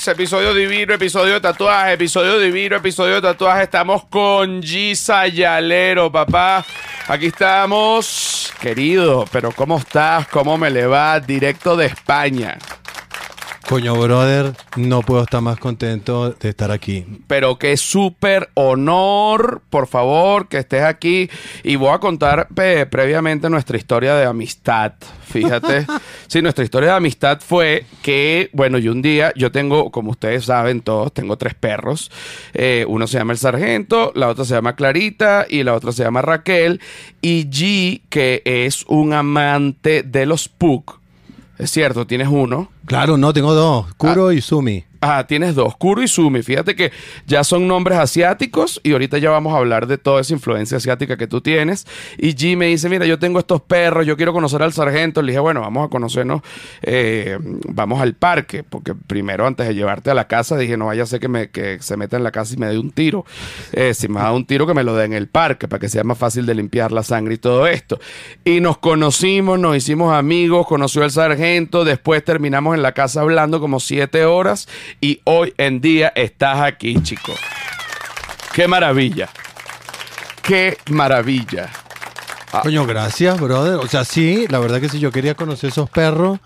episodio divino, episodio de tatuaje, episodio divino, episodio de tatuaje. Estamos con G Sayalero, papá. Aquí estamos, querido, pero ¿cómo estás? ¿Cómo me le va? Directo de España. Coño, brother, no puedo estar más contento de estar aquí. Pero qué súper honor, por favor, que estés aquí. Y voy a contar previamente nuestra historia de amistad. Fíjate. Sí, nuestra historia de amistad fue que, bueno, yo tengo, como ustedes saben todos, tengo 3 perros. Uno se llama el Sargento, la otra se llama Clarita y la otra se llama Raquel. Y G, que es un amante de los pug. Es cierto, tienes uno. Claro, no, tengo 2. Kuro y Sumi. Tienes 2, Kuro y Sumi. Fíjate que ya son nombres asiáticos y ahorita ya vamos a hablar de toda esa influencia asiática que tú tienes. Y G me dice, mira, yo tengo estos perros, yo quiero conocer al sargento. Le dije, bueno, vamos a conocernos, vamos al parque, porque primero antes de llevarte a la casa dije, no vaya a ser que se meta en la casa y me dé un tiro. Si me da un tiro, que me lo dé en el parque, para que sea más fácil de limpiar la sangre y todo esto. Y nos conocimos, nos hicimos amigos, conoció al sargento, después terminamos en la casa hablando como 7 horas. Y hoy en día estás aquí, chico. ¡Qué maravilla! ¡Qué maravilla! Coño, gracias, brother. O sea, sí, la verdad que sí, yo quería conocer esos perros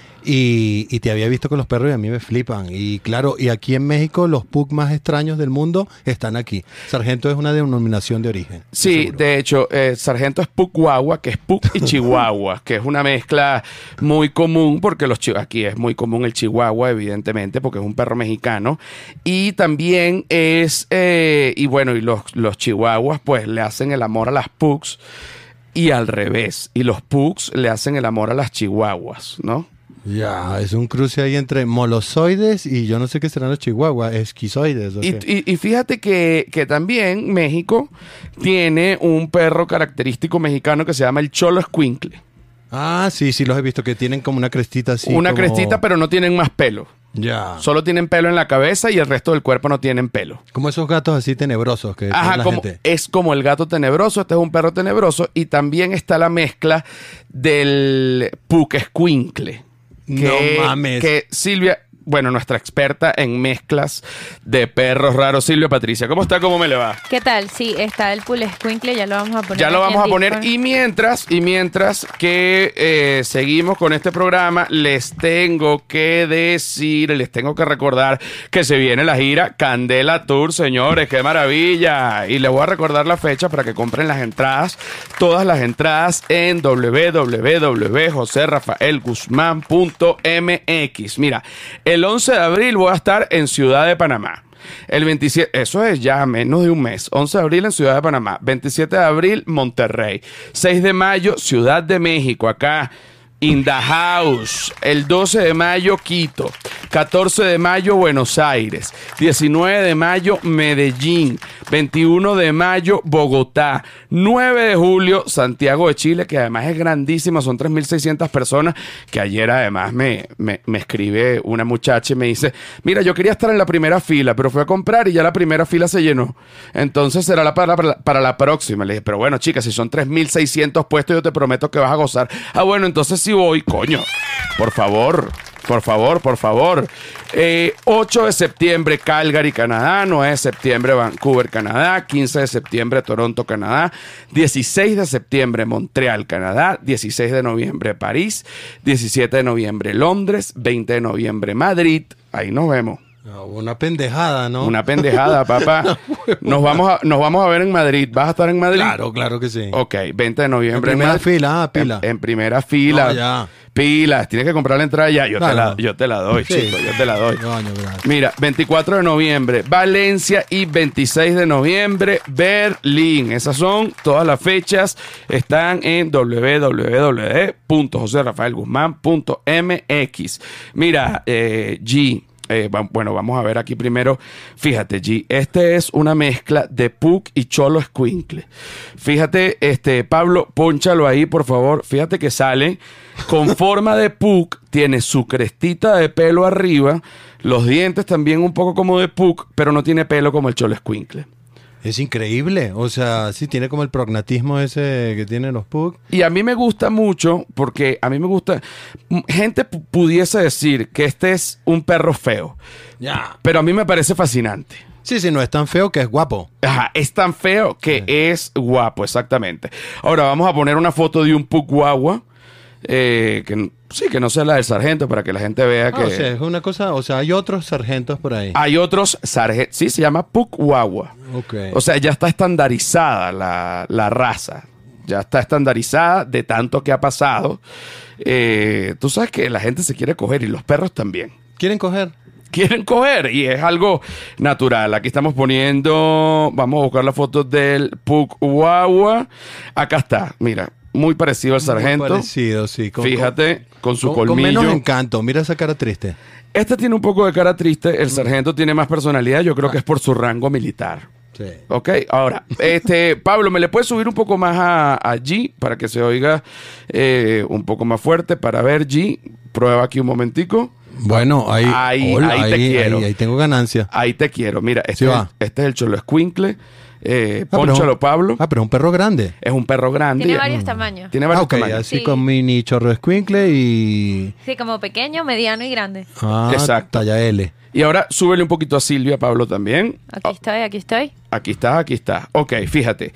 y te había visto con los perros y a mí me flipan. Y claro, y aquí en México los pug más extraños del mundo están aquí. Sargento es una denominación de origen. Sí, de hecho, Sargento es pug guagua, que es pug y chihuahua, que es una mezcla muy común, porque aquí es muy común el chihuahua, evidentemente, porque es un perro mexicano. Y también es, y los chihuahuas pues le hacen el amor a las pugs y al revés. Y los pugs le hacen el amor a las chihuahuas, ¿no? Ya, es un cruce ahí entre molosoides y yo no sé qué serán los chihuahuas, esquizoides. Okay. Y fíjate que también México tiene un perro característico mexicano que se llama el Cholo Escuincle. Ah, sí, los he visto, que tienen como una crestita así. Una crestita, pero no tienen más pelo. Ya. Solo tienen pelo en la cabeza y el resto del cuerpo no tienen pelo. Como esos gatos así tenebrosos que Ajá, la gente. Es como el gato tenebroso. Este es un perro tenebroso. Y también está la mezcla del Pug Escuincle. No mames. Que Silvia, bueno, nuestra experta en mezclas de perros raros. Silvia Patricia, ¿cómo está? ¿Cómo me le va? ¿Qué tal? Sí, está el Pug Escuincle, ya lo vamos a poner. Ya lo vamos a poner. Discord. Y mientras que seguimos con este programa, les tengo que recordar que se viene la gira Candela Tour, señores. ¡Qué maravilla! Y les voy a recordar la fecha para que compren las entradas. Todas las entradas en www.joserafaelguzman.mx. Mira, el 11 de abril voy a estar en Ciudad de Panamá. El 27, eso es ya menos de un mes. 11 de abril en Ciudad de Panamá. 27 de abril, Monterrey. 6 de mayo, Ciudad de México, acá. In the house. El 12 de mayo, Quito. 14 de mayo, Buenos Aires. 19 de mayo, Medellín. 21 de mayo, Bogotá. 9 de julio, Santiago de Chile, que además es grandísimo. Son 3.600 personas. Que ayer además me escribe una muchacha y me dice, mira, yo quería estar en la primera fila, pero fui a comprar y ya la primera fila se llenó. Entonces será para la próxima. Le dije, pero bueno, chicas, si son 3.600 puestos, yo te prometo que vas a gozar. Ah, bueno, entonces sí voy, coño. Por favor. 8 de septiembre, Calgary, Canadá. 9 de septiembre, Vancouver, Canadá. 15 de septiembre, Toronto, Canadá. 16 de septiembre, Montreal, Canadá. 16 de noviembre, París. 17 de noviembre, Londres. 20 de noviembre, Madrid. Ahí nos vemos. Una pendejada, ¿no? Una pendejada, papá. Nos vamos a ver en Madrid. ¿Vas a estar en Madrid? Claro que sí. Ok, 20 de noviembre. En primera fila, pila. En primera fila. No, ya. Pilas, tienes que comprar la entrada ya. Yo te la doy, sí. chico, yo te la doy. Coño, gracias. Mira, 24 de noviembre, Valencia, y 26 de noviembre, Berlín. Esas son todas las fechas. Están en www.joserafaelguzman.mx. Mira, G. Vamos a ver aquí primero. Fíjate, G, este es una mezcla de Pug y Cholo Escuincle. Fíjate, Pablo, pónchalo ahí, por favor. Fíjate que sale con forma de Pug, tiene su crestita de pelo arriba, los dientes también un poco como de Pug, pero no tiene pelo como el Cholo Escuincle. Es increíble. O sea, sí, tiene como el prognatismo ese que tienen los pugs. Y a mí me gusta mucho porque a mí me gusta... Gente pudiese decir que este es un perro feo, Ya. pero a mí me parece fascinante. Sí, sí, no es tan feo que es guapo. Ajá, es tan feo que es guapo, exactamente. Ahora vamos a poner una foto de un pug guagua, que no sea la del sargento, para que la gente vea que... O sea, es una cosa... O sea, hay otros sargentos por ahí. Hay otros sargentos, sí, se llama pug guagua. Ok. O sea, ya está estandarizada la raza. Ya está estandarizada de tanto que ha pasado. Tú sabes que la gente se quiere coger y los perros también. ¿Quieren coger? Quieren coger y es algo natural. Aquí estamos poniendo... Vamos a buscar la foto del pug guagua. Acá está, mira. Muy parecido al sargento. Muy parecido, sí. Fíjate, con su con colmillo. menos encanto. Mira esa cara triste. Este tiene un poco de cara triste. El sargento tiene más personalidad. Yo creo que es por su rango militar. Sí. Ok, ahora, Pablo, ¿me le puedes subir un poco más a G para que se oiga un poco más fuerte? Para ver, G, prueba aquí un momentico. Bueno, ahí te quiero. Ahí tengo ganancia. Ahí te quiero. Mira, Sí va. este es el Cholo Escuincle. Pónchalo, Pablo. Pero es un perro grande. Es un perro grande. Tiene varios tamaños. Tiene varios Ok, tamaños. así Sí. con mini chorro escuincle y... Sí, como pequeño, mediano y grande. Exacto. Talla L. Y ahora súbele un poquito a Silvia, Pablo, también. Aquí estoy, aquí estoy. Aquí está, aquí está. Ok, fíjate.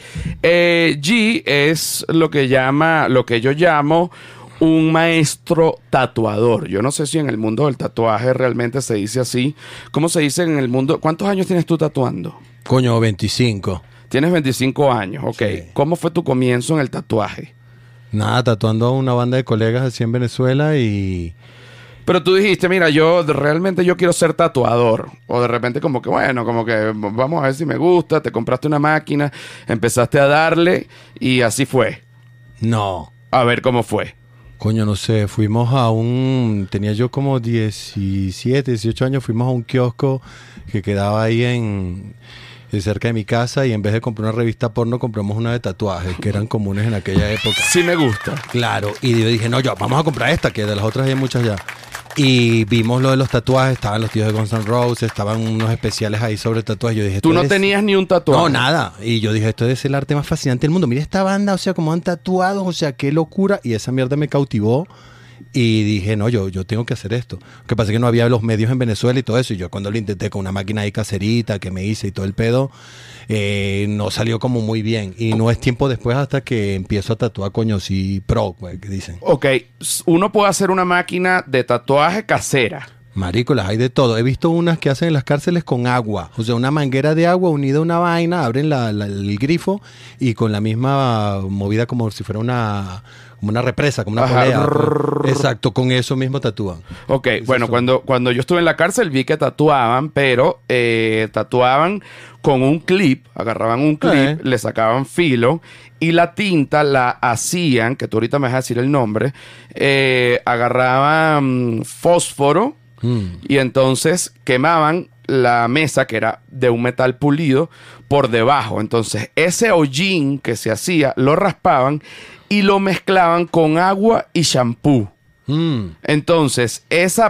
G es lo que yo llamo un maestro tatuador. Yo no sé si en el mundo del tatuaje realmente se dice así. ¿Cómo se dice en el mundo? ¿Cuántos años tienes tú tatuando? Coño, 25. Tienes 25 años, ok. Sí. ¿Cómo fue tu comienzo en el tatuaje? Nada, tatuando a una banda de colegas así en Venezuela y... Pero tú dijiste, mira, realmente yo quiero ser tatuador. O de repente como que, bueno, como que vamos a ver si me gusta. Te compraste una máquina, empezaste a darle y así fue. No. A ver cómo fue. Coño, no sé, fuimos a tenía yo como 17, 18 años, fuimos a un kiosco que quedaba ahí cerca de mi casa y en vez de comprar una revista porno compramos una de tatuajes que eran comunes en aquella época. Sí me gusta. Claro, y yo dije, no, vamos a comprar esta, que de las otras hay muchas ya. Y vimos lo de los tatuajes, estaban los tíos de Guns N' Roses, estaban unos especiales ahí sobre tatuajes. Yo dije, Tú esto no es- tenías ni un tatuaje. No, nada. Y yo dije, esto es el arte más fascinante del mundo. Mira esta banda, o sea, como han tatuado, o sea, qué locura. Y esa mierda me cautivó. Y dije, no, yo tengo que hacer esto. Lo que pasa es que no había los medios en Venezuela y todo eso. Y yo cuando lo intenté con una máquina ahí caserita que me hice y todo el pedo, no salió como muy bien. Y no es tiempo después hasta que empiezo a tatuar coño, sí, pro, güey, que dicen. Ok, uno puede hacer una máquina de tatuaje casera. Marico, las hay de todo. He visto unas que hacen en las cárceles con agua. O sea, una manguera de agua unida a una vaina, abren el grifo y con la misma movida como si fuera como una represa, como una Ajá. polea. Exacto, con eso mismo tatúan. Ok, bueno, cuando yo estuve en la cárcel vi que tatuaban, pero tatuaban con un clip, agarraban un clip, le sacaban filo y la tinta la hacían, que tú ahorita me vas a decir el nombre, agarraban fósforo y entonces quemaban la mesa, que era de un metal pulido, por debajo. Entonces ese hollín que se hacía lo raspaban y lo mezclaban con agua y shampoo. Entonces,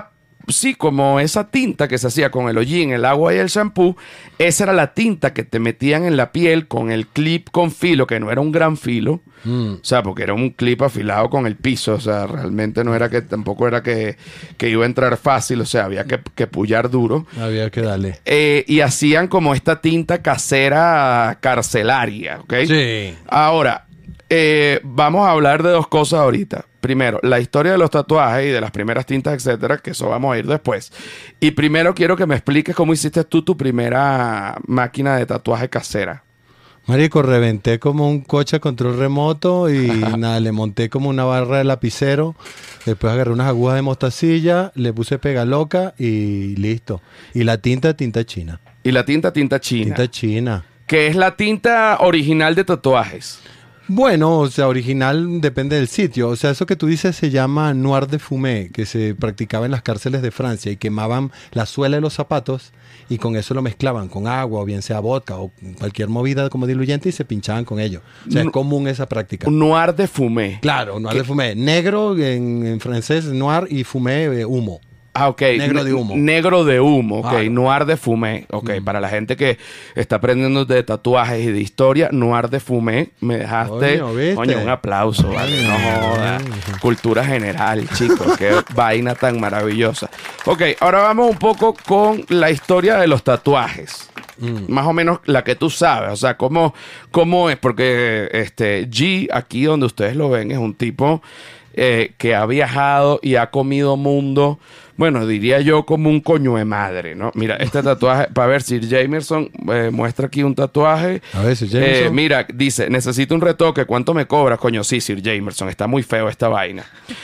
como esa tinta que se hacía con el hollín, el agua y el shampoo, esa era la tinta que te metían en la piel con el clip con filo, que no era un gran filo. O sea, porque era un clip afilado con el piso. O sea, realmente tampoco era que iba a entrar fácil. O sea, había que pullar duro. Había que darle. Y hacían como esta tinta casera carcelaria, ¿ok? Sí. Ahora, vamos a hablar de dos cosas ahorita. Primero, la historia de los tatuajes y de las primeras tintas, etcétera, que eso vamos a ir después. Y primero quiero que me expliques cómo hiciste tú tu primera máquina de tatuaje casera. Marico, reventé como un coche a control remoto y nada, le monté como una barra de lapicero. Después agarré unas agujas de mostacilla, le puse pega loca y listo. Y la tinta china. Y la tinta china. Tinta china. Que es la tinta original de tatuajes. Bueno, o sea, original depende del sitio. O sea, eso que tú dices se llama noir de fumé, que se practicaba en las cárceles de Francia y quemaban la suela de los zapatos y con eso lo mezclaban con agua o bien sea vodka o cualquier movida como diluyente y se pinchaban con ello. O sea, es común esa práctica. Un noir de fumé. Claro, noir de fumé. Negro en francés, noir y fumé, humo. Ah, ok. Negro de humo. Negro de humo, ok. Claro. Noir de fumé. Ok, para la gente que está aprendiendo de tatuajes y de historia, Noir de fumé. Me dejaste... Coño, ¿viste? Coño, un aplauso, vale. No jodas. Cultura general, chicos. Qué vaina tan maravillosa. Ok, ahora vamos un poco con la historia de los tatuajes. Más o menos la que tú sabes. O sea, cómo es. Porque G, aquí donde ustedes lo ven, es un tipo que ha viajado y ha comido mundo. Bueno, diría yo como un coño de madre, ¿no? Mira, este tatuaje, para ver, Sir Jamerson muestra aquí un tatuaje. A ver, Sir Jamerson. Mira, dice, necesito un retoque, ¿cuánto me cobras? Coño, sí, Sir Jamerson, está muy feo esta vaina.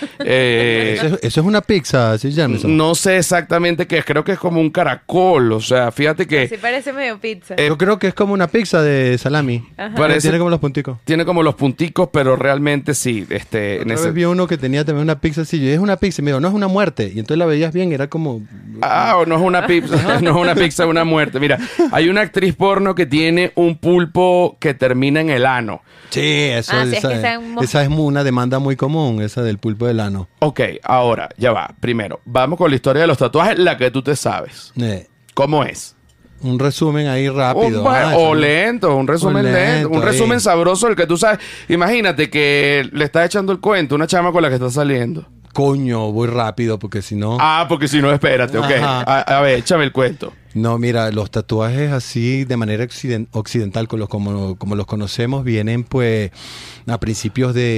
Eso es una pizza, Sir Jamerson. No sé exactamente qué es, creo que es como un caracol, o sea, fíjate que Sí parece medio pizza. Yo creo que es como una pizza de salami. parece- Tiene como los punticos. tiene como los punticos, pero realmente sí, Una vez vi uno que tenía también una pizza así. Yo, es una pizza. Y me dijo, no es una muerte. Y entonces la veías bien. Era como... Ah, o no es una pizza, no es una pizza, es una muerte. Mira, hay una actriz porno que tiene un pulpo que termina en el ano. Sí, eso Ah, sí, es esa, que sean esa es una demanda muy común, esa del pulpo del ano. Ok, ahora, ya va. Primero, vamos con la historia de los tatuajes, la que tú te sabes. ¿Cómo es? Un resumen ahí rápido. O lento, un resumen O lento, un lento, resumen ahí. sabroso el que tú sabes. Imagínate que le estás echando el cuento a una chama con la que estás saliendo. Coño, voy rápido porque si no... Ah, porque si no, espérate, ok. Ajá. A ver, échame el cuento. No, mira, los tatuajes así de manera occidental, como los conocemos, vienen pues a principios de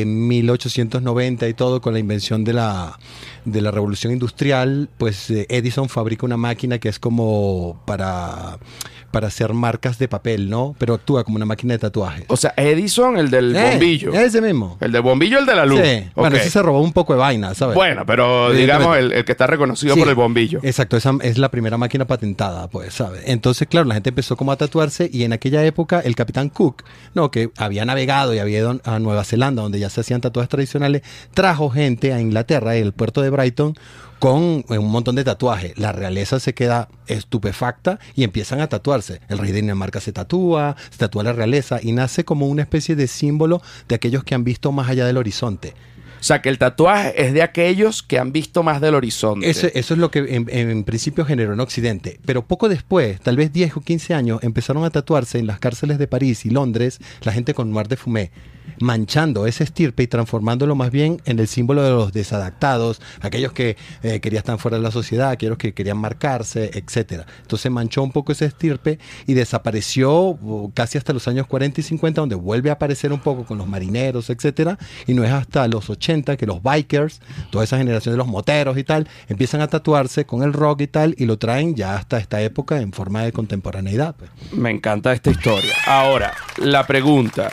1890 y todo, con la invención de la revolución industrial. Pues Edison fabrica una máquina que es como para hacer marcas de papel, ¿no? Pero actúa como una máquina de tatuajes. O sea, Edison, el del bombillo. Ese mismo. El del bombillo, el de la luz. Sí. Bueno, Ok. ese se robó un poco de vaina, ¿sabes? Bueno, pero digamos el que está reconocido Sí, por el bombillo. Exacto, esa es la primera máquina patentada, pues, ¿sabes? Entonces, claro, la gente empezó como a tatuarse y en aquella época el capitán Cook, no, que había navegado y había ido a Nueva Zelanda, donde ya se hacían tatuajes tradicionales, trajo gente a Inglaterra, el puerto de Brighton, con un montón de tatuajes. La realeza se queda estupefacta y empiezan a tatuarse. El rey de Dinamarca se tatúa la realeza y nace como una especie de símbolo de aquellos que han visto más allá del horizonte. O sea, que el tatuaje es de aquellos que han visto más del horizonte. Eso es lo que en principio generó en Occidente. Pero poco después, tal vez 10 o 15 años, empezaron a tatuarse en las cárceles de París y Londres la gente con noir de fumé, manchando ese estirpe y transformándolo más bien en el símbolo de los desadaptados, aquellos que querían estar fuera de la sociedad, aquellos que querían marcarse, etcétera. Entonces manchó un poco ese estirpe y desapareció casi hasta los años 40 y 50, donde vuelve a aparecer un poco con los marineros, etcétera. Y no es hasta los 80 que los bikers, toda esa generación de los moteros y tal, empiezan a tatuarse con el rock y tal, y lo traen ya hasta esta época en forma de contemporaneidad, pues. Me encanta esta historia. Ahora, la pregunta.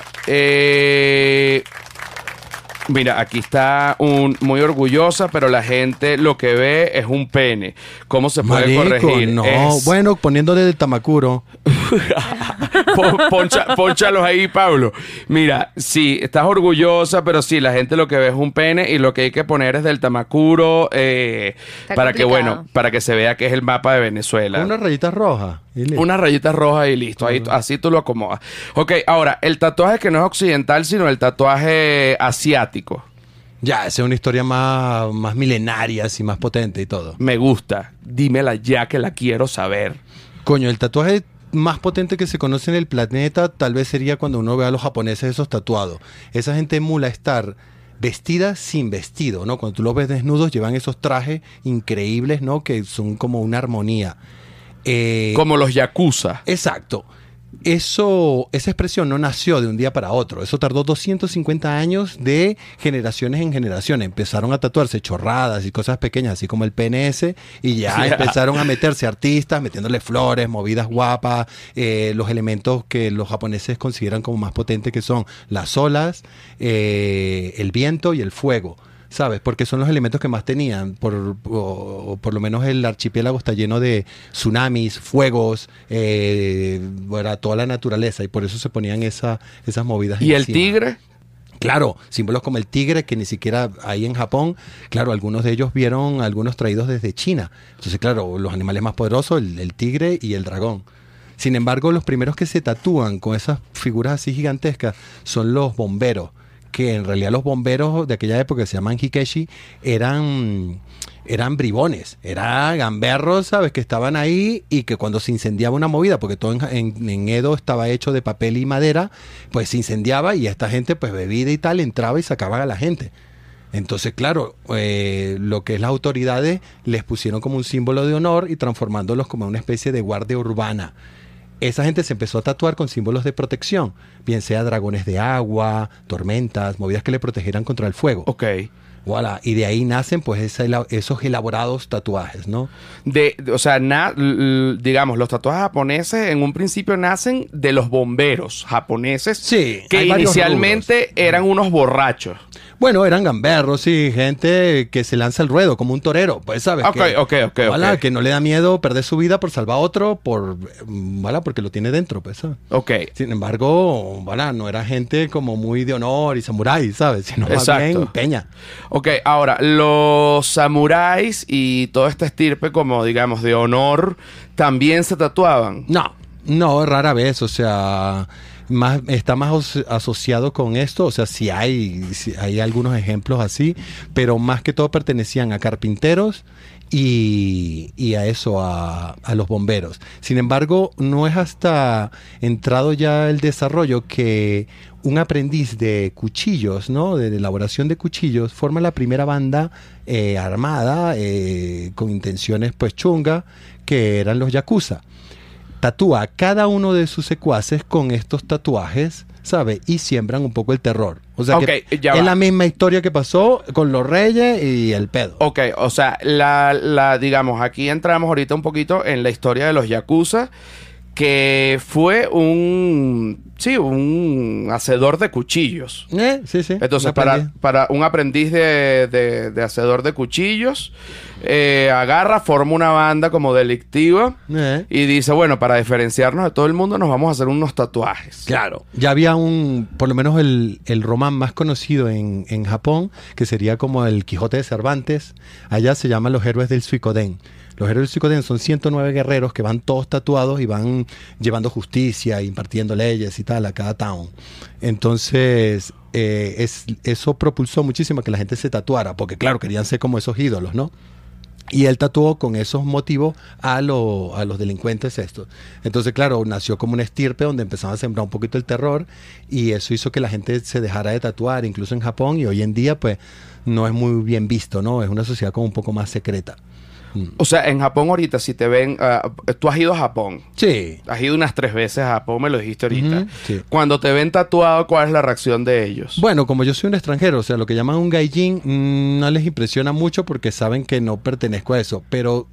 Mira, aquí está muy orgullosa, pero la gente lo que ve es un pene. ¿Cómo se puede Marico, corregir? no, bueno, poniéndole el tamacuro. Pónchalos ahí, Pablo. Mira, sí, estás orgullosa, pero sí, la gente lo que ve es un pene y lo que hay que poner es del tamacuro para que, complicado. bueno, para que se vea que es el mapa de Venezuela. Unas rayitas rojas. y listo. Una rayita roja y listo. Ahí, así tú lo acomodas. Ok, ahora, el tatuaje que no es occidental, sino el tatuaje asiático. Ya, esa es una historia más milenaria, así, más potente y todo. Me gusta. Dímela ya que la quiero saber. Coño, el tatuaje más potente que se conoce en el planeta tal vez sería cuando uno ve a los japoneses esos tatuados. Esa gente emula estar vestida sin vestido, ¿no? Cuando tú los ves desnudos llevan esos trajes increíbles, ¿no? Que son como una armonía. Como los yakuza. Exacto. Esa expresión no nació de un día para otro. Eso tardó 250 años de generaciones en generaciones. Empezaron a tatuarse chorradas y cosas pequeñas, así como el PNS, y ya empezaron a meterse artistas, metiéndole flores, movidas guapas, los elementos que los japoneses consideran como más potentes, que son las olas, el viento y el fuego. ¿Sabes? Porque son los elementos que más tenían. Por lo menos el archipiélago está lleno de tsunamis, fuegos, toda la naturaleza. Y por eso se ponían esas movidas. ¿Y el encima. tigre? Claro, símbolos como el tigre, que ni siquiera hay en Japón. Claro, algunos de ellos vieron algunos traídos desde China. Entonces, claro, los animales más poderosos, el tigre y el dragón. Sin embargo, los primeros que se tatúan con esas figuras así gigantescas son los bomberos, que en realidad los bomberos de aquella época, que se llaman Hikeshi, eran bribones, eran gamberros, ¿sabes? Que estaban ahí y que cuando se incendiaba una movida, porque todo en Edo estaba hecho de papel y madera, pues se incendiaba y esta gente, pues bebida y tal, entraba y sacaba a la gente. Entonces, claro, lo que es las autoridades les pusieron como un símbolo de honor y transformándolos como una especie de guardia urbana. Esa gente se empezó a tatuar con símbolos de protección, bien sea dragones de agua, tormentas, movidas que le protegieran contra el fuego. Ok. Voilà. Y de ahí nacen pues esos elaborados tatuajes, ¿no? O sea, digamos, los tatuajes japoneses en un principio nacen de los bomberos japoneses, Sí, que hay varios inicialmente eran unos borrachos. Bueno, eran gamberros, sí, gente que se lanza al ruedo, como un torero, pues, ¿sabes? Ok. Voilà, que no le da miedo perder su vida por salvar a otro, voilà, porque lo tiene dentro, pues, ¿sabes? Ok. Sin embargo, voilà, no era gente como muy de honor y samurái, ¿sabes? Sino más Exacto. bien peña. Ok, ahora, los samuráis y toda esta estirpe como, digamos, de honor, ¿también se tatuaban? No, rara vez, o sea, está más asociado con esto, o sea, sí hay algunos ejemplos así, pero más que todo pertenecían a carpinteros y a eso, a los bomberos. Sin embargo, no es hasta entrado ya el desarrollo que un aprendiz de cuchillos, ¿no? De elaboración de cuchillos, forma la primera banda armada con intenciones pues chunga, que eran los yakuza. Tatúa a cada uno de sus secuaces con estos tatuajes, ¿sabe? Y siembran un poco el terror. O sea, Ok, que ya es va. la misma historia que pasó con los reyes y el pedo. Ok, o sea, digamos, aquí entramos ahorita un poquito en la historia de los yakuza, que fue un hacedor de cuchillos. Sí. Entonces, un aprendiz. para un aprendiz de hacedor de cuchillos, agarra, forma una banda como delictiva y dice, bueno, para diferenciarnos de todo el mundo nos vamos a hacer unos tatuajes. Claro. Ya había por lo menos el román más conocido en Japón, que sería como el Quijote de Cervantes. Allá se llaman los héroes del Suikoden. Los héroes del Suikoden son 109 guerreros que van todos tatuados y van llevando justicia, impartiendo leyes y tal a cada town. Entonces, eso propulsó muchísimo a que la gente se tatuara, porque claro, querían ser como esos ídolos, ¿no? Y él tatuó con esos motivos a los delincuentes estos. Entonces, claro, nació como una estirpe donde empezaban a sembrar un poquito el terror y eso hizo que la gente se dejara de tatuar, incluso en Japón, y hoy en día, pues, no es muy bien visto, ¿no? Es una sociedad como un poco más secreta. O sea, en Japón ahorita, si te ven... tú has ido a Japón. Sí. Has ido unas 3 veces a Japón, me lo dijiste ahorita. Ujú, sí. Cuando te ven tatuado, ¿cuál es la reacción de ellos? Bueno, como yo soy un extranjero, o sea, lo que llaman un gaijin, no les impresiona mucho porque saben que no pertenezco a eso. Pero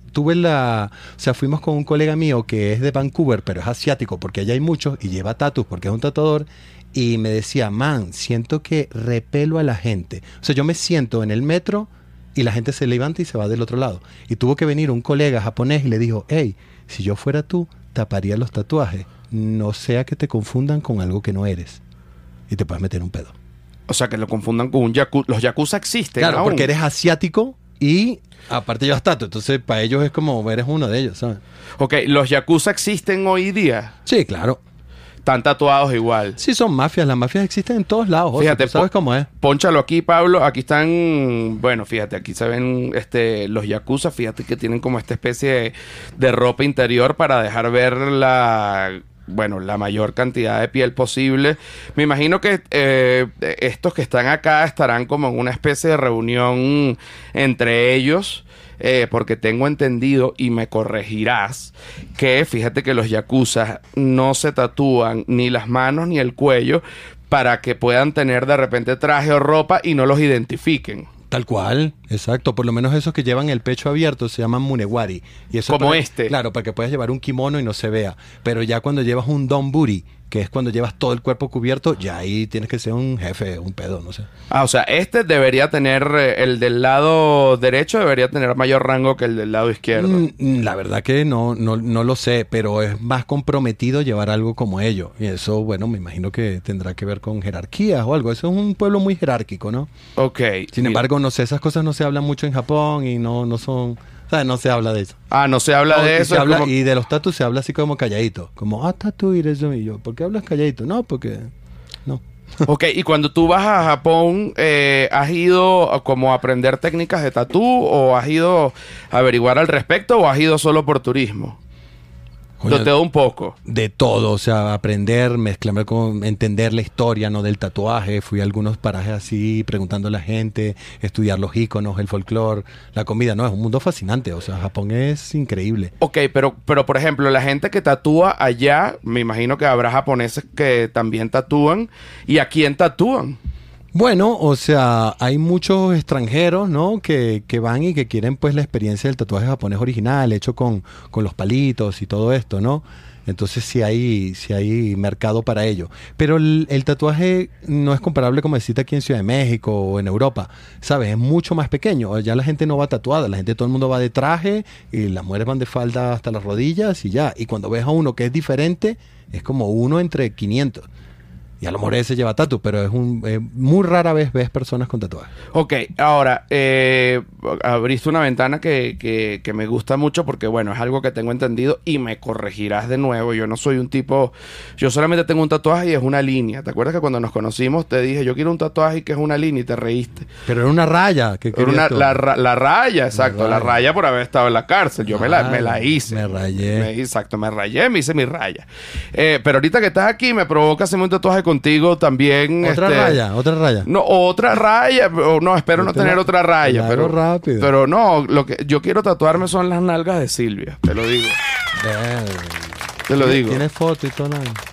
fuimos con un colega mío que es de Vancouver, pero es asiático porque allá hay muchos y lleva tatus porque es un tatuador. Y me decía, man, siento que repelo a la gente. O sea, yo me siento en el metro y la gente se levanta y se va del otro lado. Y tuvo que venir un colega japonés y le dijo, hey, si yo fuera tú, taparía los tatuajes. No sea que te confundan con algo que no eres. Y te puedes meter un pedo. O sea, que lo confundan con un yakuza. Los yakuza existen, Claro, aún. porque eres asiático y aparte llevas tatu. Entonces, para ellos es como eres uno de ellos, ¿sabes? Ok, ¿los yakuza existen hoy día? Sí, claro. Están tatuados igual. Sí, son mafias. Las mafias existen en todos lados. José, Fíjate, ¿tú sabes cómo es? Pónchalo aquí, Pablo. Aquí están... Bueno, fíjate, aquí se ven los yakuza. Fíjate que tienen como esta especie de ropa interior para dejar ver la mayor cantidad de piel posible. Me imagino que estos que están acá estarán como en una especie de reunión entre ellos, porque tengo entendido, y me corregirás, que fíjate que los yakuza no se tatúan ni las manos ni el cuello para que puedan tener de repente traje o ropa y no los identifiquen. Tal cual, exacto. Por lo menos esos que llevan el pecho abierto se llaman munewari. Y eso Como este. Claro, para que puedas llevar un kimono y no se vea. Pero ya cuando llevas un donburi, que es cuando llevas todo el cuerpo cubierto, ya ahí tienes que ser un jefe, un pedo, no sé. O sea, este debería tener, el del lado derecho debería tener mayor rango que el del lado izquierdo. La verdad que no lo sé, pero es más comprometido llevar algo como ello. Y eso, bueno, me imagino que tendrá que ver con jerarquías o algo. Eso es un pueblo muy jerárquico, ¿no? Ok. Sin embargo, no sé, esas cosas no se hablan mucho en Japón y no son... O sea, no se habla de eso. No se habla No, de y eso. se habla, como... y de los tatus se habla así como calladito. Como, tatu y eso. Y yo, ¿por qué hablas calladito? No, porque... No. Ok, y cuando tú vas a Japón, ¿has ido como a aprender técnicas de tatú o has ido a averiguar al respecto o has ido solo por turismo? Coño, Te doy un poco. de todo, o sea, aprender, mezclarme con entender la historia, ¿no? Del tatuaje. Fui a algunos parajes así, preguntando a la gente, estudiar los iconos, el folclore, la comida. No, es un mundo fascinante. O sea, Japón es increíble. Ok, pero por ejemplo, la gente que tatúa allá, me imagino que habrá japoneses que también tatúan. ¿Y a quién tatúan? Bueno, o sea, hay muchos extranjeros, ¿no? Que van y que quieren pues la experiencia del tatuaje japonés original, hecho con los palitos y todo esto, ¿no? Entonces sí hay mercado para ello. Pero el tatuaje no es comparable como decirte aquí en Ciudad de México o en Europa, ¿sabes? Es mucho más pequeño. Ya la gente no va tatuada, la gente, todo el mundo va de traje y las mujeres van de falda hasta las rodillas y ya. Y cuando ves a uno que es diferente, es como uno entre 500. Y a lo mejor ese lleva tatu, pero muy rara vez ves personas con tatuajes. Ok, ahora, abriste una ventana que me gusta mucho porque, bueno, es algo que tengo entendido y me corregirás de nuevo. Yo no soy un tipo... Yo solamente tengo un tatuaje y es una línea. ¿Te acuerdas que cuando nos conocimos te dije, yo quiero un tatuaje y que es una línea y te reíste? Pero era una raya. ¿Qué Era querías tú? la raya, exacto. La raya por haber estado en la cárcel. Yo me la hice. Me rayé. Exacto, me rayé, me hice mi raya. Pero ahorita que estás aquí me provoca hacerme un tatuaje contigo también. Otra raya. No, otra raya. No, espero no tener otra raya. Pero rápido. Pero no, lo que yo quiero tatuarme son las nalgas de Silvia. Te lo digo. Te lo digo. Tienes foto y todo.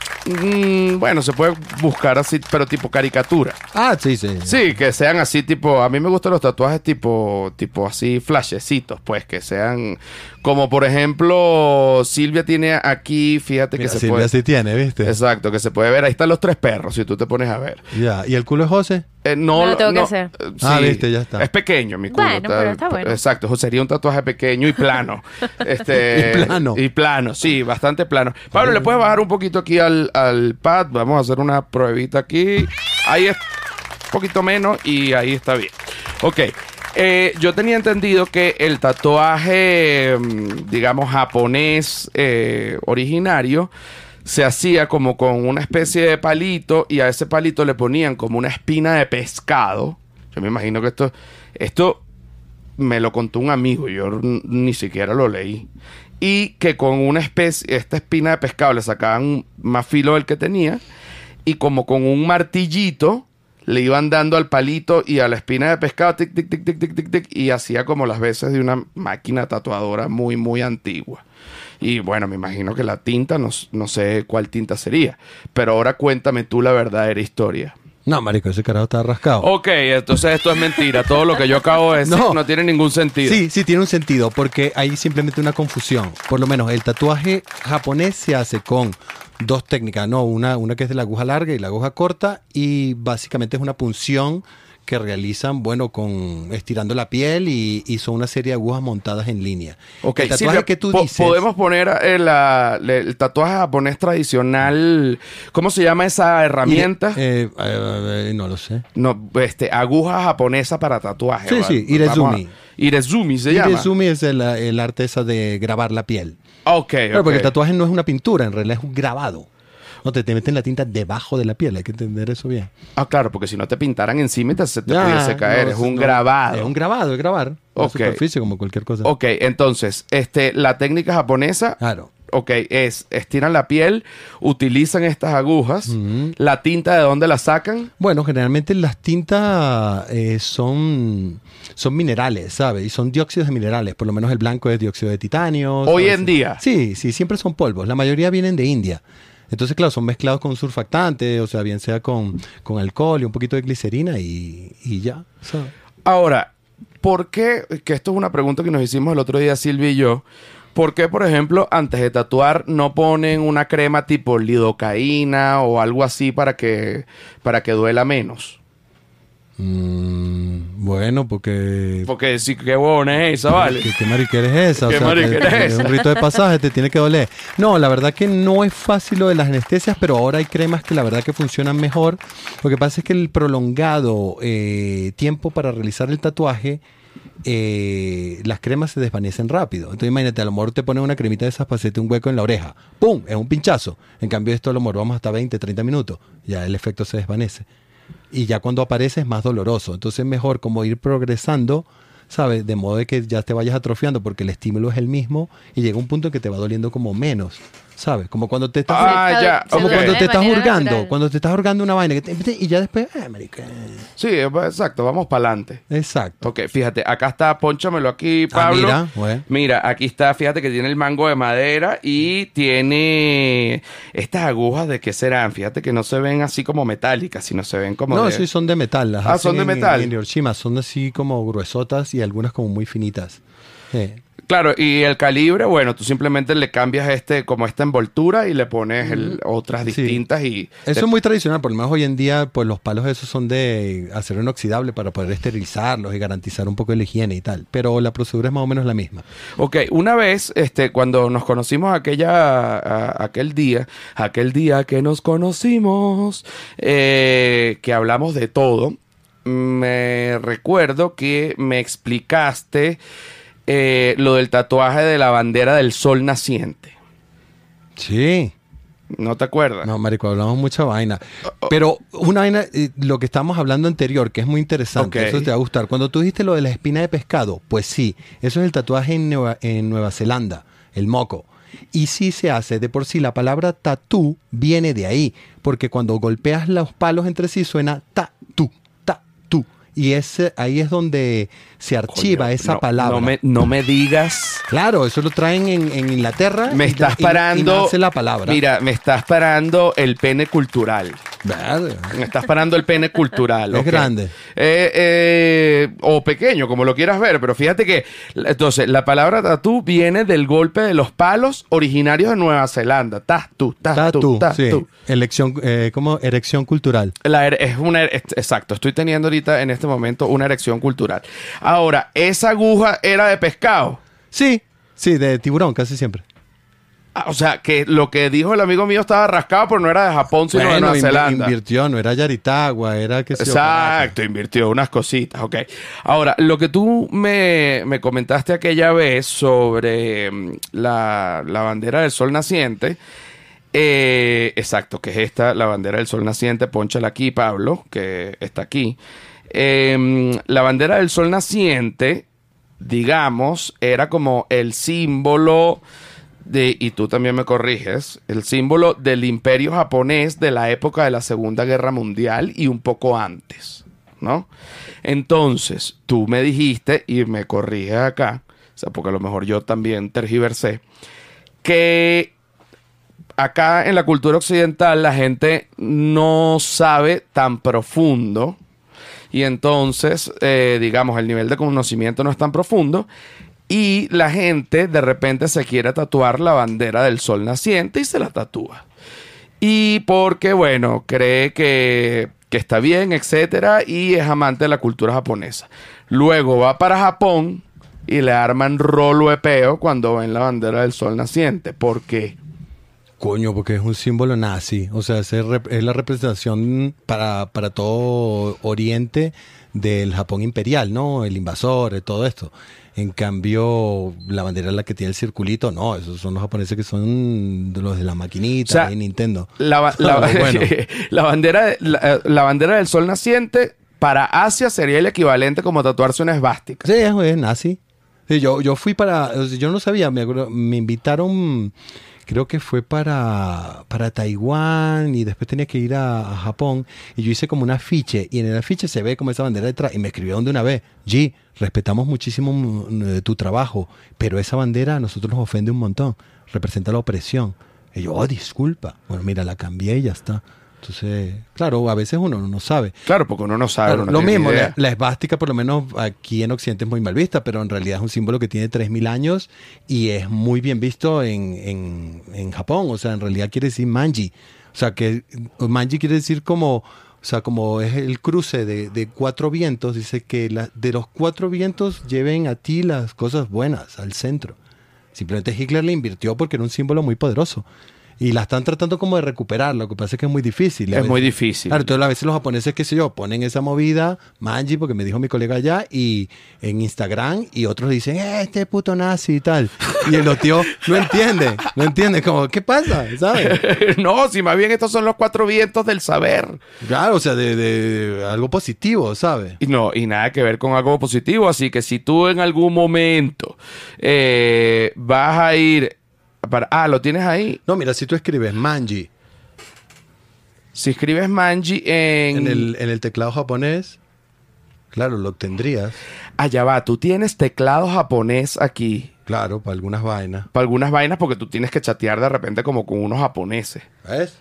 Bueno, se puede buscar así, pero tipo caricatura. Ah, sí. Sí, que sean así tipo... A mí me gustan los tatuajes tipo así flashecitos, pues. Que sean... Como por ejemplo, Silvia tiene aquí, fíjate que Mira, se Silvia puede... sí tiene, ¿viste? Exacto, que se puede ver. Ahí están los 3 perros, si tú te pones a ver. Ya. ¿Y el culo es José? No, No lo tengo que hacer. Ah, viste, ya está. Es pequeño mi culo. Bueno, pero está bueno. Exacto, sería un tatuaje pequeño y plano. Y plano. Y plano, sí, bastante plano. Pablo, ¿le puedes bajar un poquito aquí al pad? Vamos a hacer una pruebita aquí. Ahí es un poquito menos y ahí está bien. Ok. Yo tenía entendido que el tatuaje, digamos, japonés originario se hacía como con una especie de palito y a ese palito le ponían como una espina de pescado. Yo me imagino que esto me lo contó un amigo, yo ni siquiera lo leí. Y que con esta espina de pescado le sacaban más filo del que tenía y como con un martillito le iban dando al palito y a la espina de pescado, tic, tic, tic, tic, tic, tic, tic, y hacía como las veces de una máquina tatuadora muy, muy antigua. Y bueno, me imagino que la tinta, no sé cuál tinta sería. Pero ahora cuéntame tú la verdadera historia. No, marico, ese carajo está rascado. Ok, entonces esto es mentira. Todo lo que yo acabo de decir no tiene ningún sentido. Sí, tiene un sentido, porque hay simplemente una confusión. Por lo menos el tatuaje japonés se hace con 2 técnicas, ¿no? Una que es de la aguja larga y la aguja corta, y básicamente es una punción que realizan, bueno, estirando la piel y son una serie de agujas montadas en línea. Ok, el tatuaje Silvia, que tú dices... podemos poner el tatuaje japonés tradicional. ¿Cómo se llama esa herramienta? No lo sé. No, aguja japonesa para tatuaje. Sí, irezumi. Irezumi se llama. Irezumi es el arte esa de grabar la piel. Ok, Claro, porque el tatuaje no es una pintura, en realidad es un grabado. No te meten la tinta debajo de la piel, hay que entender eso bien. Ah, claro, porque si no te pintaran encima se te pudiese caer. Es un grabado. Es un grabado, es grabar. Una superficie como cualquier cosa. Ok, entonces, la técnica japonesa... Claro. Ok, estiran la piel, utilizan estas agujas. ¿La tinta de dónde la sacan? Bueno, generalmente las tintas son minerales, ¿sabes? Y son dióxidos de minerales. Por lo menos el blanco es dióxido de titanio. ¿Hoy ¿sabes? en día? Sí, siempre son polvos. La mayoría vienen de India. Entonces, claro, son mezclados con surfactante, o sea, bien sea con alcohol y un poquito de glicerina y ya, ¿sabes? Ahora, ¿por qué? Que esto es una pregunta que nos hicimos el otro día Silvia y yo. ¿Por qué, por ejemplo, antes de tatuar no ponen una crema tipo lidocaína o algo así para que duela menos? Bueno, porque... Porque sí, qué buena es esa, ¿vale? ¿Qué mariquera es esa? ¿Qué mariquera es esa? Un rito de pasaje, te tiene que doler. No, la verdad que no es fácil lo de las anestesias, pero ahora hay cremas que la verdad que funcionan mejor. Lo que pasa es que el prolongado tiempo para realizar el tatuaje las cremas se desvanecen rápido. Entonces imagínate, a lo mejor te pones una cremita de esas para hacerte un hueco en la oreja. ¡Pum! Es un pinchazo. En cambio esto a lo mejor vamos hasta 20, 30 minutos. Ya el efecto se desvanece. Y ya cuando aparece es más doloroso. Entonces es mejor como ir progresando, ¿sabes? De modo de que ya te vayas atrofiando porque el estímulo es el mismo y llega un punto en que te va doliendo como menos, ¿sabes? Como cuando te estás... Ya, Se Como ok. cuando de te estás manera hurgando, natural. cuando te estás hurgando una vaina y ya después, marica. Sí, exacto, vamos para adelante. Exacto. Ok, fíjate, acá está, pónchamelo aquí, Pablo. mira, güey. Mira, aquí está, fíjate que tiene el mango de madera y tiene estas agujas de qué serán. Fíjate que no se ven así como metálicas, sino se ven como No, de... sí son de metal. Las Ah, hacen son de en- metal. En Hiroshima son así como gruesotas y algunas como muy finitas. Claro, y el calibre, bueno, tú simplemente le cambias como esta envoltura y le pones otras Sí. distintas y... Eso es muy tradicional, por lo menos hoy en día, pues los palos esos son de acero inoxidable para poder esterilizarlos y garantizar un poco de la higiene y tal. Pero la procedura es más o menos la misma. Ok, una vez, cuando nos conocimos aquel día que nos conocimos, que hablamos de todo, me recuerdo que me explicaste lo del tatuaje de la bandera del sol naciente. Sí. ¿No te acuerdas? No, marico, hablamos mucha vaina. Pero una vaina, lo que estábamos hablando anterior, que es muy interesante, Ok. eso te va a gustar. Cuando tú dijiste lo de la espina de pescado, pues sí, eso es el tatuaje en Nueva Zelanda, el moco. Y sí se hace, de por sí la palabra tatú viene de ahí, porque cuando golpeas los palos entre sí suena tatú, tatú. Y ahí es donde se archiva Coño, esa no, palabra. No me digas. Claro, eso lo traen en Inglaterra. Me y- estás y parando. nace la palabra. Mira, me estás parando el pene cultural. Verga. Me estás parando el pene cultural. Es ok. grande. O pequeño, como lo quieras ver. Pero fíjate que, entonces, la palabra tatú viene del golpe de los palos originarios de Nueva Zelanda. Tatú, tatú, Tatu, sí. tatú. Como erección cultural. Exacto, estoy teniendo ahorita en este momento una erección cultural. Ahora, esa aguja era de pescado. Sí, sí, de tiburón casi siempre. Ah, o sea, que lo que dijo el amigo mío estaba rascado, pero no era de Japón, sino de Nueva Zelanda. Invirtió, no era Yaritagua, era que Exacto, invirtió unas cositas, ok. Ahora, lo que tú me comentaste aquella vez sobre la bandera del sol naciente, exacto, que es esta, la bandera del sol naciente, pónchala aquí, Pablo, que está aquí. La bandera del sol naciente, digamos, era como el símbolo y tú también me corriges, el símbolo del imperio japonés de la época de la Segunda Guerra Mundial y un poco antes, ¿no? Entonces, tú me dijiste, y me corriges acá, o sea, porque a lo mejor yo también tergiversé, que acá en la cultura occidental la gente no sabe tan profundo y entonces, digamos, el nivel de conocimiento no es tan profundo y la gente de repente se quiere tatuar la bandera del sol naciente y se la tatúa. Y porque, bueno, cree que está bien, etcétera, y es amante de la cultura japonesa. Luego va para Japón y le arman rolo de peo cuando ven la bandera del sol naciente. ¿Por qué? Coño, porque es un símbolo nazi. O sea, es la representación para todo Oriente del Japón imperial, ¿no? El invasor, todo esto. En cambio, la bandera es la que tiene el circulito. No, esos son los japoneses que son los de la maquinita, O sea, de Nintendo. Bueno. La bandera del sol naciente para Asia sería el equivalente como tatuarse una esvástica. Sí, es nazi. Sí, yo fui yo no sabía, me invitaron, creo que fue para Taiwán y después tenía que ir a Japón y yo hice como un afiche y en el afiche se ve como esa bandera detrás y me escribieron de una vez, G, respetamos muchísimo tu trabajo, pero esa bandera a nosotros nos ofende un montón, representa la opresión. Y yo, disculpa. Bueno, mira, la cambié y ya está. Entonces, claro, a veces uno no sabe. Claro, porque uno no sabe. Claro, uno no lo tiene mismo, idea. la esvástica por lo menos aquí en Occidente es muy mal vista, pero en realidad es un símbolo que tiene 3.000 años y es muy bien visto en Japón. O sea, en realidad quiere decir manji. O sea, que manji quiere decir como es el cruce de 4 vientos. Dice que de los 4 vientos lleven a ti las cosas buenas al centro. Simplemente Hitler le invirtió porque era un símbolo muy poderoso. Y la están tratando como de recuperar. Lo que pasa es que es muy difícil. Es muy difícil. Claro, entonces a veces los japoneses, qué sé yo, ponen esa movida, manji, porque me dijo mi colega allá, y en Instagram, y otros dicen, este puto nazi y tal. Y los tíos no entienden, como, ¿qué pasa? ¿Sabes? No, si más bien estos son los 4 vientos del saber. Claro, o sea, de algo positivo, ¿sabes? Y no, y nada que ver con algo positivo. Así que si tú en algún momento vas a ir ¿lo tienes ahí? No, mira, si tú escribes manji Si escribes manji en el teclado japonés, claro, lo obtendrías. Allá va, tú tienes teclado japonés aquí. Claro, para algunas vainas. Para algunas vainas porque tú tienes que chatear de repente como con unos japoneses. ¿Ves?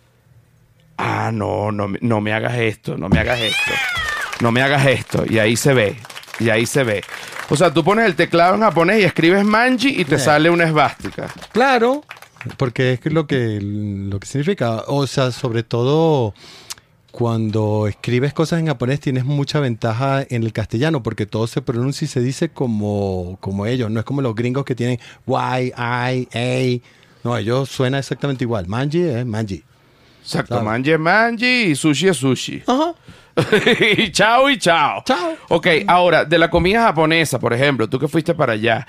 No me hagas esto, no me hagas esto. No me hagas esto. Y ahí se ve. O sea, tú pones el teclado en japonés y escribes manji y te sale una esvástica. Claro, porque es lo que significa. O sea, sobre todo cuando escribes cosas en japonés tienes mucha ventaja en el castellano porque todo se pronuncia y se dice como ellos. No es como los gringos que tienen Y, I, A. No, ellos suena exactamente igual. Manji es manji. Exacto, ¿sabes? manji es manji y sushi es sushi. Ajá. y chao. Chao. Ok, ahora, de la comida japonesa, por ejemplo, tú que fuiste para allá.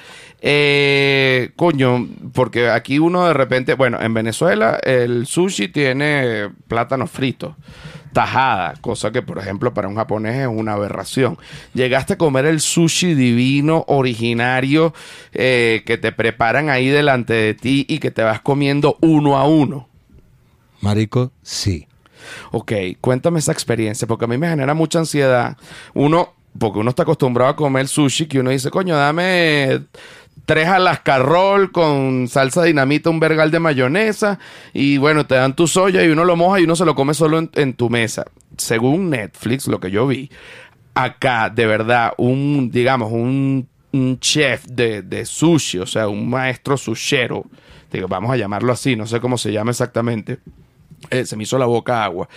Coño, porque aquí uno de repente... Bueno, en Venezuela el sushi tiene plátano frito, tajada, cosa que, por ejemplo, para un japonés es una aberración. Llegaste a comer el sushi divino, originario, que te preparan ahí delante de ti y que te vas comiendo uno a uno. Marico, sí. Ok, cuéntame esa experiencia, porque a mí me genera mucha ansiedad. Porque uno está acostumbrado a comer sushi, que uno dice, coño, dame 3 Alaska Roll con salsa dinamita, un vergal de mayonesa, y bueno, te dan tu soya y uno lo moja y uno se lo come solo en tu mesa. Según Netflix, lo que yo vi, acá, de verdad, un chef de sushi, o sea, un maestro sushero, digo, vamos a llamarlo así, no sé cómo se llama exactamente. Se me hizo la boca agua.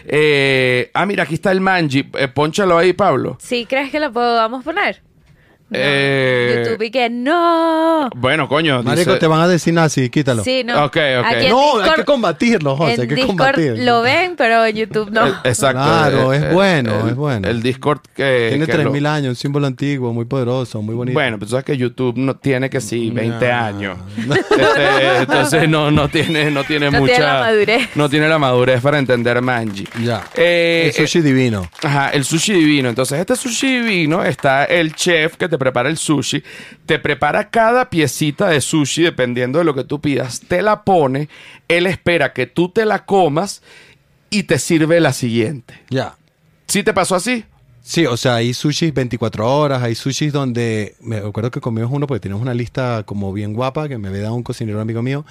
Mira, aquí está el manji. Pónchalo ahí, Pablo. ¿Sí crees que lo podamos poner? No. YouTube y que no. Bueno, coño. Marico, te van a decir nazi, quítalo. Sí, no. Ok. Aquí en No, hay Discord- que combatirlo, José, hay En que Discord combatirlo. lo ven, pero en YouTube no. Exacto. Claro, es bueno. El Discord que... Tiene que 3000 años, un símbolo antiguo, muy poderoso, muy bonito. Bueno, pues sabes que YouTube no tiene que 20 Nah. años. Entonces no tiene No mucha... tiene la madurez. No tiene la madurez para entender manji. Ya. El sushi divino. Ajá, el sushi divino. Entonces, este sushi divino está el chef que te prepara el sushi, te prepara cada piecita de sushi dependiendo de lo que tú pidas, te la pone, él espera que tú te la comas y te sirve la siguiente. Ya. ¿Sí te pasó así? Sí, o sea, hay sushis 24 horas, hay sushis donde, me acuerdo que comimos uno porque teníamos una lista como bien guapa que me había dado un cocinero amigo mío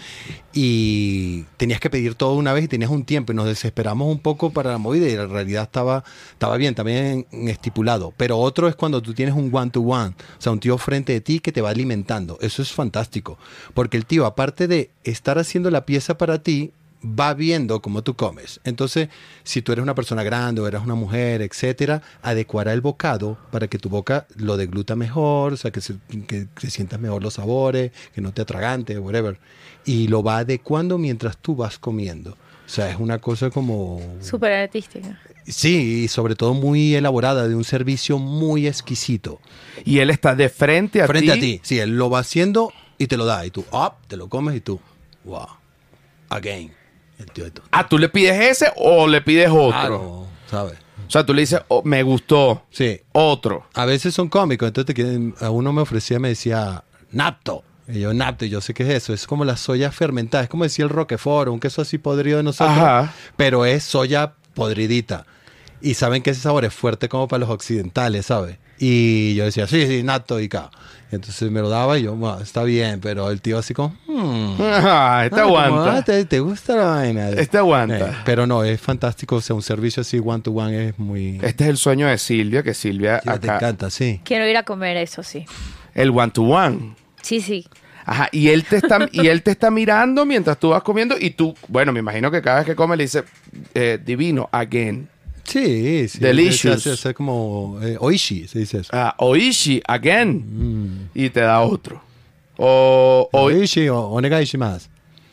y tenías que pedir todo una vez y tenías un tiempo y nos desesperamos un poco para la movida y en realidad estaba bien, también estipulado. Pero otro es cuando tú tienes un one-to-one, o sea, un tío frente de ti que te va alimentando. Eso es fantástico, porque el tío, aparte de estar haciendo la pieza para ti, va viendo cómo tú comes. Entonces, si tú eres una persona grande o eres una mujer, etcétera, adecuará el bocado para que tu boca lo degluta mejor, o sea, que sientas mejor los sabores, que no te atragante, whatever. Y lo va adecuando mientras tú vas comiendo. O sea, es una cosa como... Súper artística. Sí, y sobre todo muy elaborada, de un servicio muy exquisito. Y él está de frente a ti. Sí, él lo va haciendo y te lo da. Y tú, te lo comes y tú, wow, again. El tío de todo. ¿Tú le pides ese o le pides otro? Claro, ¿sabes? O sea, tú le dices, me gustó. Sí. Otro. A veces son cómicos. Entonces a uno me decía, napto. Y yo, napto, y yo sé qué es eso. Es como la soya fermentada. Es como decía el Roquefort, un queso así podrido de nosotros. Ajá. Pero es soya podridita. Y saben que ese sabor es fuerte como para los occidentales, ¿sabes? Y yo decía, sí, napto y ca. Entonces me lo daba y yo, bueno, está bien. Pero el tío así como, Este aguanta. ¿Te gusta la vaina? Este aguanta. Pero no, es fantástico. O sea, un servicio así one-to-one es muy... Este es el sueño de Silvia, que Silvia Ya te acá... encanta, sí. Quiero ir a comer eso, sí. El one-to-one. Sí. Ajá, y él te está mirando mientras tú vas comiendo y tú, bueno, me imagino que cada vez que come le dice, divino, again. Sí. Delicious. Se hace como oishi, se dice eso. Oishi, again. Y te da otro. O Oishi o onegai shimasu.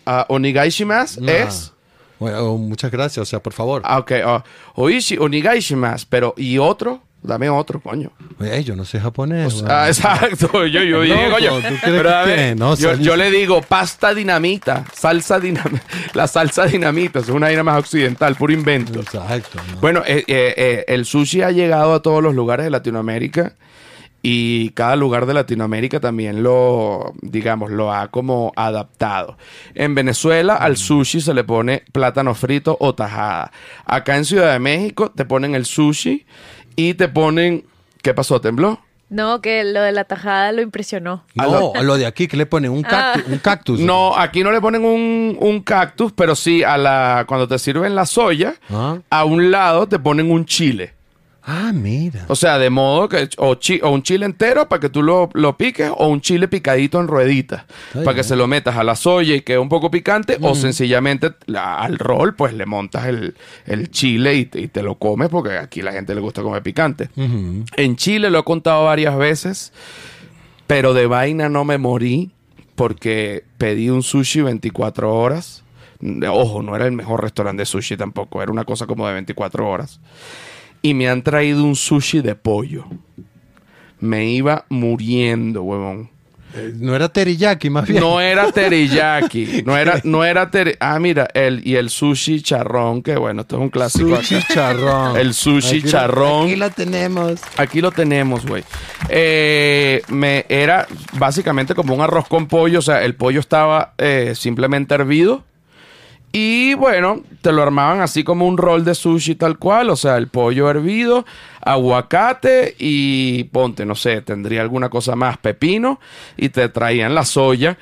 Onigaishimasu es... Bueno, muchas gracias, o sea, por favor. Ok, oishi onigaishimasu, pero ¿y otro? Dame otro, coño. Oye, yo no sé japonés. Exacto. Yo dije, coño. ¿tú crees Pero que a ver, qué? No, yo le digo pasta dinamita, salsa dinamita. La salsa dinamita, es una vaina más occidental, puro invento. Exacto. ¿no? Bueno, el sushi ha llegado a todos los lugares de Latinoamérica y cada lugar de Latinoamérica también lo ha como adaptado. En Venezuela al sushi se le pone plátano frito o tajada. Acá en Ciudad de México te ponen el sushi y te ponen... ¿Qué pasó? ¿Tembló? No, que lo de la tajada lo impresionó. No, a lo de aquí, que le ponen un cactus. No, aquí no le ponen un cactus, pero sí cuando te sirven la soya, a un lado te ponen un chile. Ah, mira. O sea, de modo que o un chile entero para que tú lo piques o un chile picadito en rueditas para que se lo metas a la soya y quede un poco picante o sencillamente al rol pues le montas el chile y te lo comes porque aquí la gente le gusta comer picante. En Chile lo he contado varias veces, pero de vaina no me morí porque pedí un sushi 24 horas. Ojo, no era el mejor restaurante de sushi tampoco, era una cosa como de 24 horas. Y me han traído un sushi de pollo. Me iba muriendo, huevón. No era teriyaki, más bien. No era teriyaki. Mira, el sushi charrón, que bueno, esto es un clásico. Sushi charrón. El sushi charrón. Aquí lo tenemos. Aquí lo tenemos, güey. Era básicamente como un arroz con pollo. O sea, el pollo estaba simplemente hervido. Y bueno, te lo armaban así como un rol de sushi tal cual. O sea, el pollo hervido, aguacate y ponte, no sé, tendría alguna cosa más, pepino. Y te traían la soya.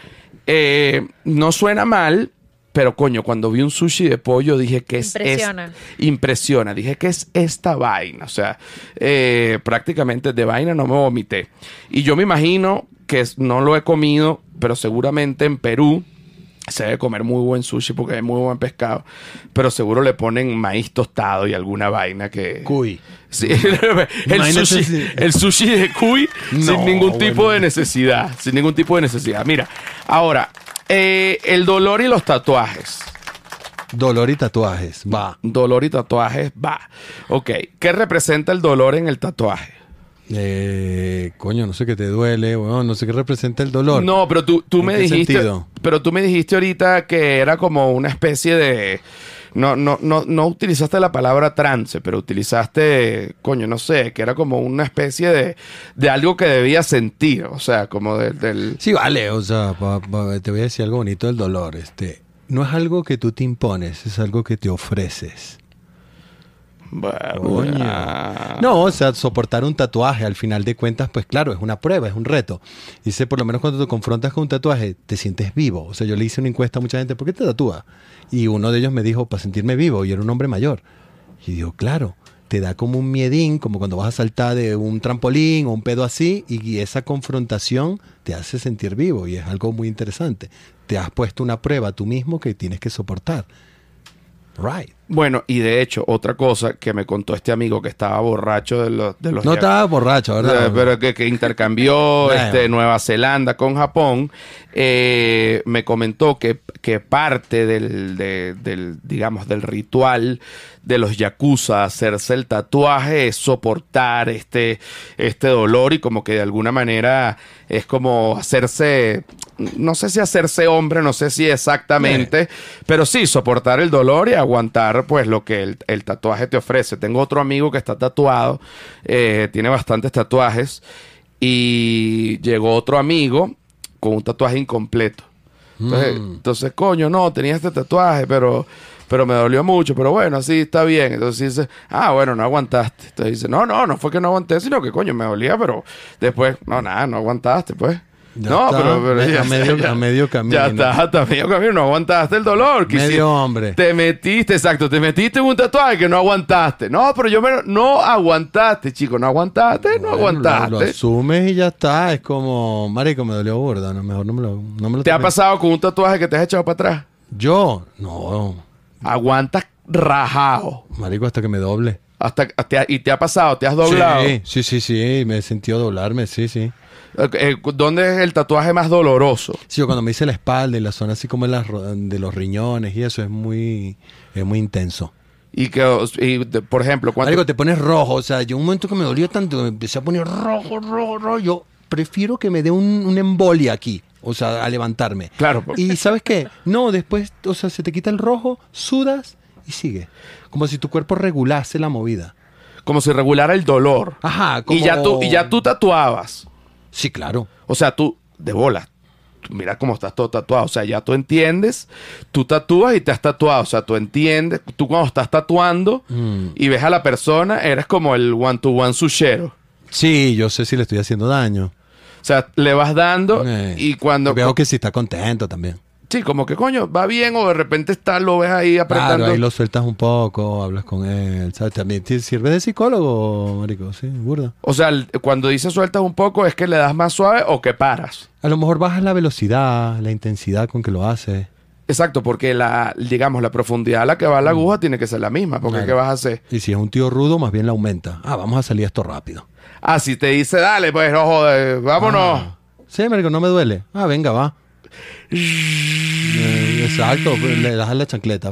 No suena mal, pero coño, cuando vi un sushi de pollo dije que impresiona. Dije que es esta vaina. O sea, prácticamente de vaina no me vomité. Y yo me imagino que no lo he comido, pero seguramente en Perú se debe comer muy buen sushi porque hay muy buen pescado. Pero seguro le ponen maíz tostado y alguna vaina que... Cuy. Sí, el sushi de cuy sin ningún tipo de necesidad. Sin ningún tipo de necesidad. Mira, ahora, el dolor y los tatuajes. Dolor y tatuajes, va. Dolor y tatuajes, va. Ok, ¿qué representa el dolor en el tatuaje? Coño, no sé qué te duele, bueno, no sé qué representa el dolor. No, pero tú me dijiste... Sentido? Pero tú me dijiste ahorita que era como una especie de... No utilizaste la palabra trance, pero utilizaste, coño, no sé, que era como una especie de algo que debía sentir, o sea, como del... Sí, vale, o sea, te voy a decir algo bonito del dolor. No es algo que tú te impones, es algo que te ofreces. Bueno, no, o sea, soportar un tatuaje al final de cuentas, pues claro, es una prueba, es un reto. Dice, por lo menos cuando te confrontas con un tatuaje, te sientes vivo. O sea, yo le hice una encuesta a mucha gente, ¿por qué te tatúas? Y uno de ellos me dijo, para sentirme vivo, y era un hombre mayor. Y digo, claro, te da como un miedín, como cuando vas a saltar de un trampolín o un pedo así, y esa confrontación te hace sentir vivo, y es algo muy interesante. Te has puesto una prueba tú mismo que tienes que soportar. Right. Bueno, y de hecho, otra cosa que me contó este amigo que estaba borracho de los no estaba borracho, ¿verdad? Pero que intercambió Nueva Zelanda con Japón, me comentó que parte digamos, del ritual de los yakuza, hacerse el tatuaje, es soportar este dolor y como que de alguna manera es como hacerse, no sé si hacerse hombre, no sé si exactamente, pero sí, soportar el dolor y aguantar pues lo que el tatuaje te ofrece. Tengo otro amigo que está tatuado, tiene bastantes tatuajes y llegó otro amigo con un tatuaje incompleto. Entonces, coño, no, tenía este tatuaje, pero me dolió mucho, pero bueno, así está bien. Entonces dice, bueno, no aguantaste. Entonces dice, no fue que no aguanté, sino que coño, me dolía, pero después, no aguantaste, pues. Ya está, pero a medio camino. Ya está, a medio camino, no aguantaste el dolor. Medio hombre. Te metiste en un tatuaje que no aguantaste. No, pero no aguantaste, chico, no aguantaste, no aguantaste. Lo asumes y ya está, es como, marico, me dolió burda, mejor no me lo ¿Te ha pasado con un tatuaje que te has echado para atrás? Yo, no. Aguantas rajado. Marico, hasta que me doble. ¿Y te ha pasado? ¿Te has doblado? Sí, me he sentido doblarme, sí. ¿Dónde es el tatuaje más doloroso? Sí, yo cuando me hice la espalda y la zona así como de los riñones y eso es muy intenso. Por ejemplo, Marico, te pones rojo, o sea, yo un momento que me dolió tanto, me empecé a poner rojo, yo prefiero que me dé un embolia aquí, o sea, a levantarme. Claro. Y ¿sabes qué? No, después, o sea, se te quita el rojo, sudas y sigue. Como si tu cuerpo regulase la movida. Como si regulara el dolor. Ajá, como... Y ya tú tatuabas. Sí, claro. O sea, tú, de bola, mira cómo estás todo tatuado. O sea, ya tú entiendes, tú tatúas y te has tatuado. O sea, tú entiendes, tú cuando estás tatuando y ves a la persona, eres como el one-to-one sushero. Sí, yo sé si le estoy haciendo daño. O sea, le vas dando y cuando... Veo que sí está contento también. Sí, como que coño, va bien o de repente lo ves ahí apretando. Claro, ahí lo sueltas un poco, hablas con él, ¿sabes? También te sirve de psicólogo, marico, sí, burda. O sea, cuando dices sueltas un poco, ¿es que le das más suave o que paras? A lo mejor bajas la velocidad, la intensidad con que lo haces. Exacto, porque la profundidad a la que va la aguja tiene que ser la misma, porque Claro. ¿qué vas a hacer? Y si es un tío rudo, más bien la aumenta. Vamos a salir esto rápido. Si te dice, dale, pues, no joder, vámonos. Sí, marico, no me duele. Venga, va. Exacto, pues, le das a la chancleta.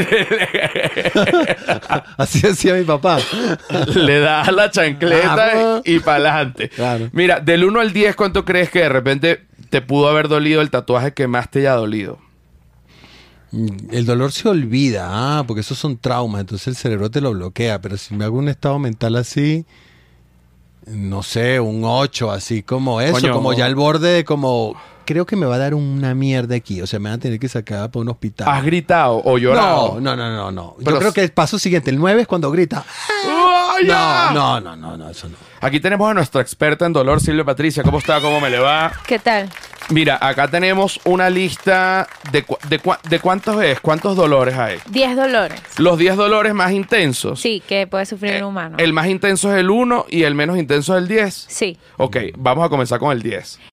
Así decía mi papá. Le das a la chancleta y para adelante. Claro. Mira, del 1 al 10, ¿cuánto crees que de repente te pudo haber dolido el tatuaje que más te haya dolido? El dolor se olvida, porque esos son traumas, entonces el cerebro te lo bloquea. Pero si me hago un estado mental así, no sé, un 8, así como eso, Coño, como ya el borde de como... Creo que me va a dar una mierda aquí. O sea, me van a tener que sacar para un hospital. ¿Has gritado o llorado? No. Pero Yo creo que el paso siguiente, el 9, es cuando grita. ¡Oh, ya! No, eso no. Aquí tenemos a nuestra experta en dolor, Silvia Patricia. ¿Cómo está? ¿Cómo me le va? ¿Qué tal? Mira, acá tenemos una lista de cuántos es, cuántos dolores hay. 10 dolores. Los 10 dolores más intensos. Sí, que puede sufrir un humano. El más intenso es el 1 y el menos intenso es el 10. Sí. Ok, vamos a comenzar con el 10.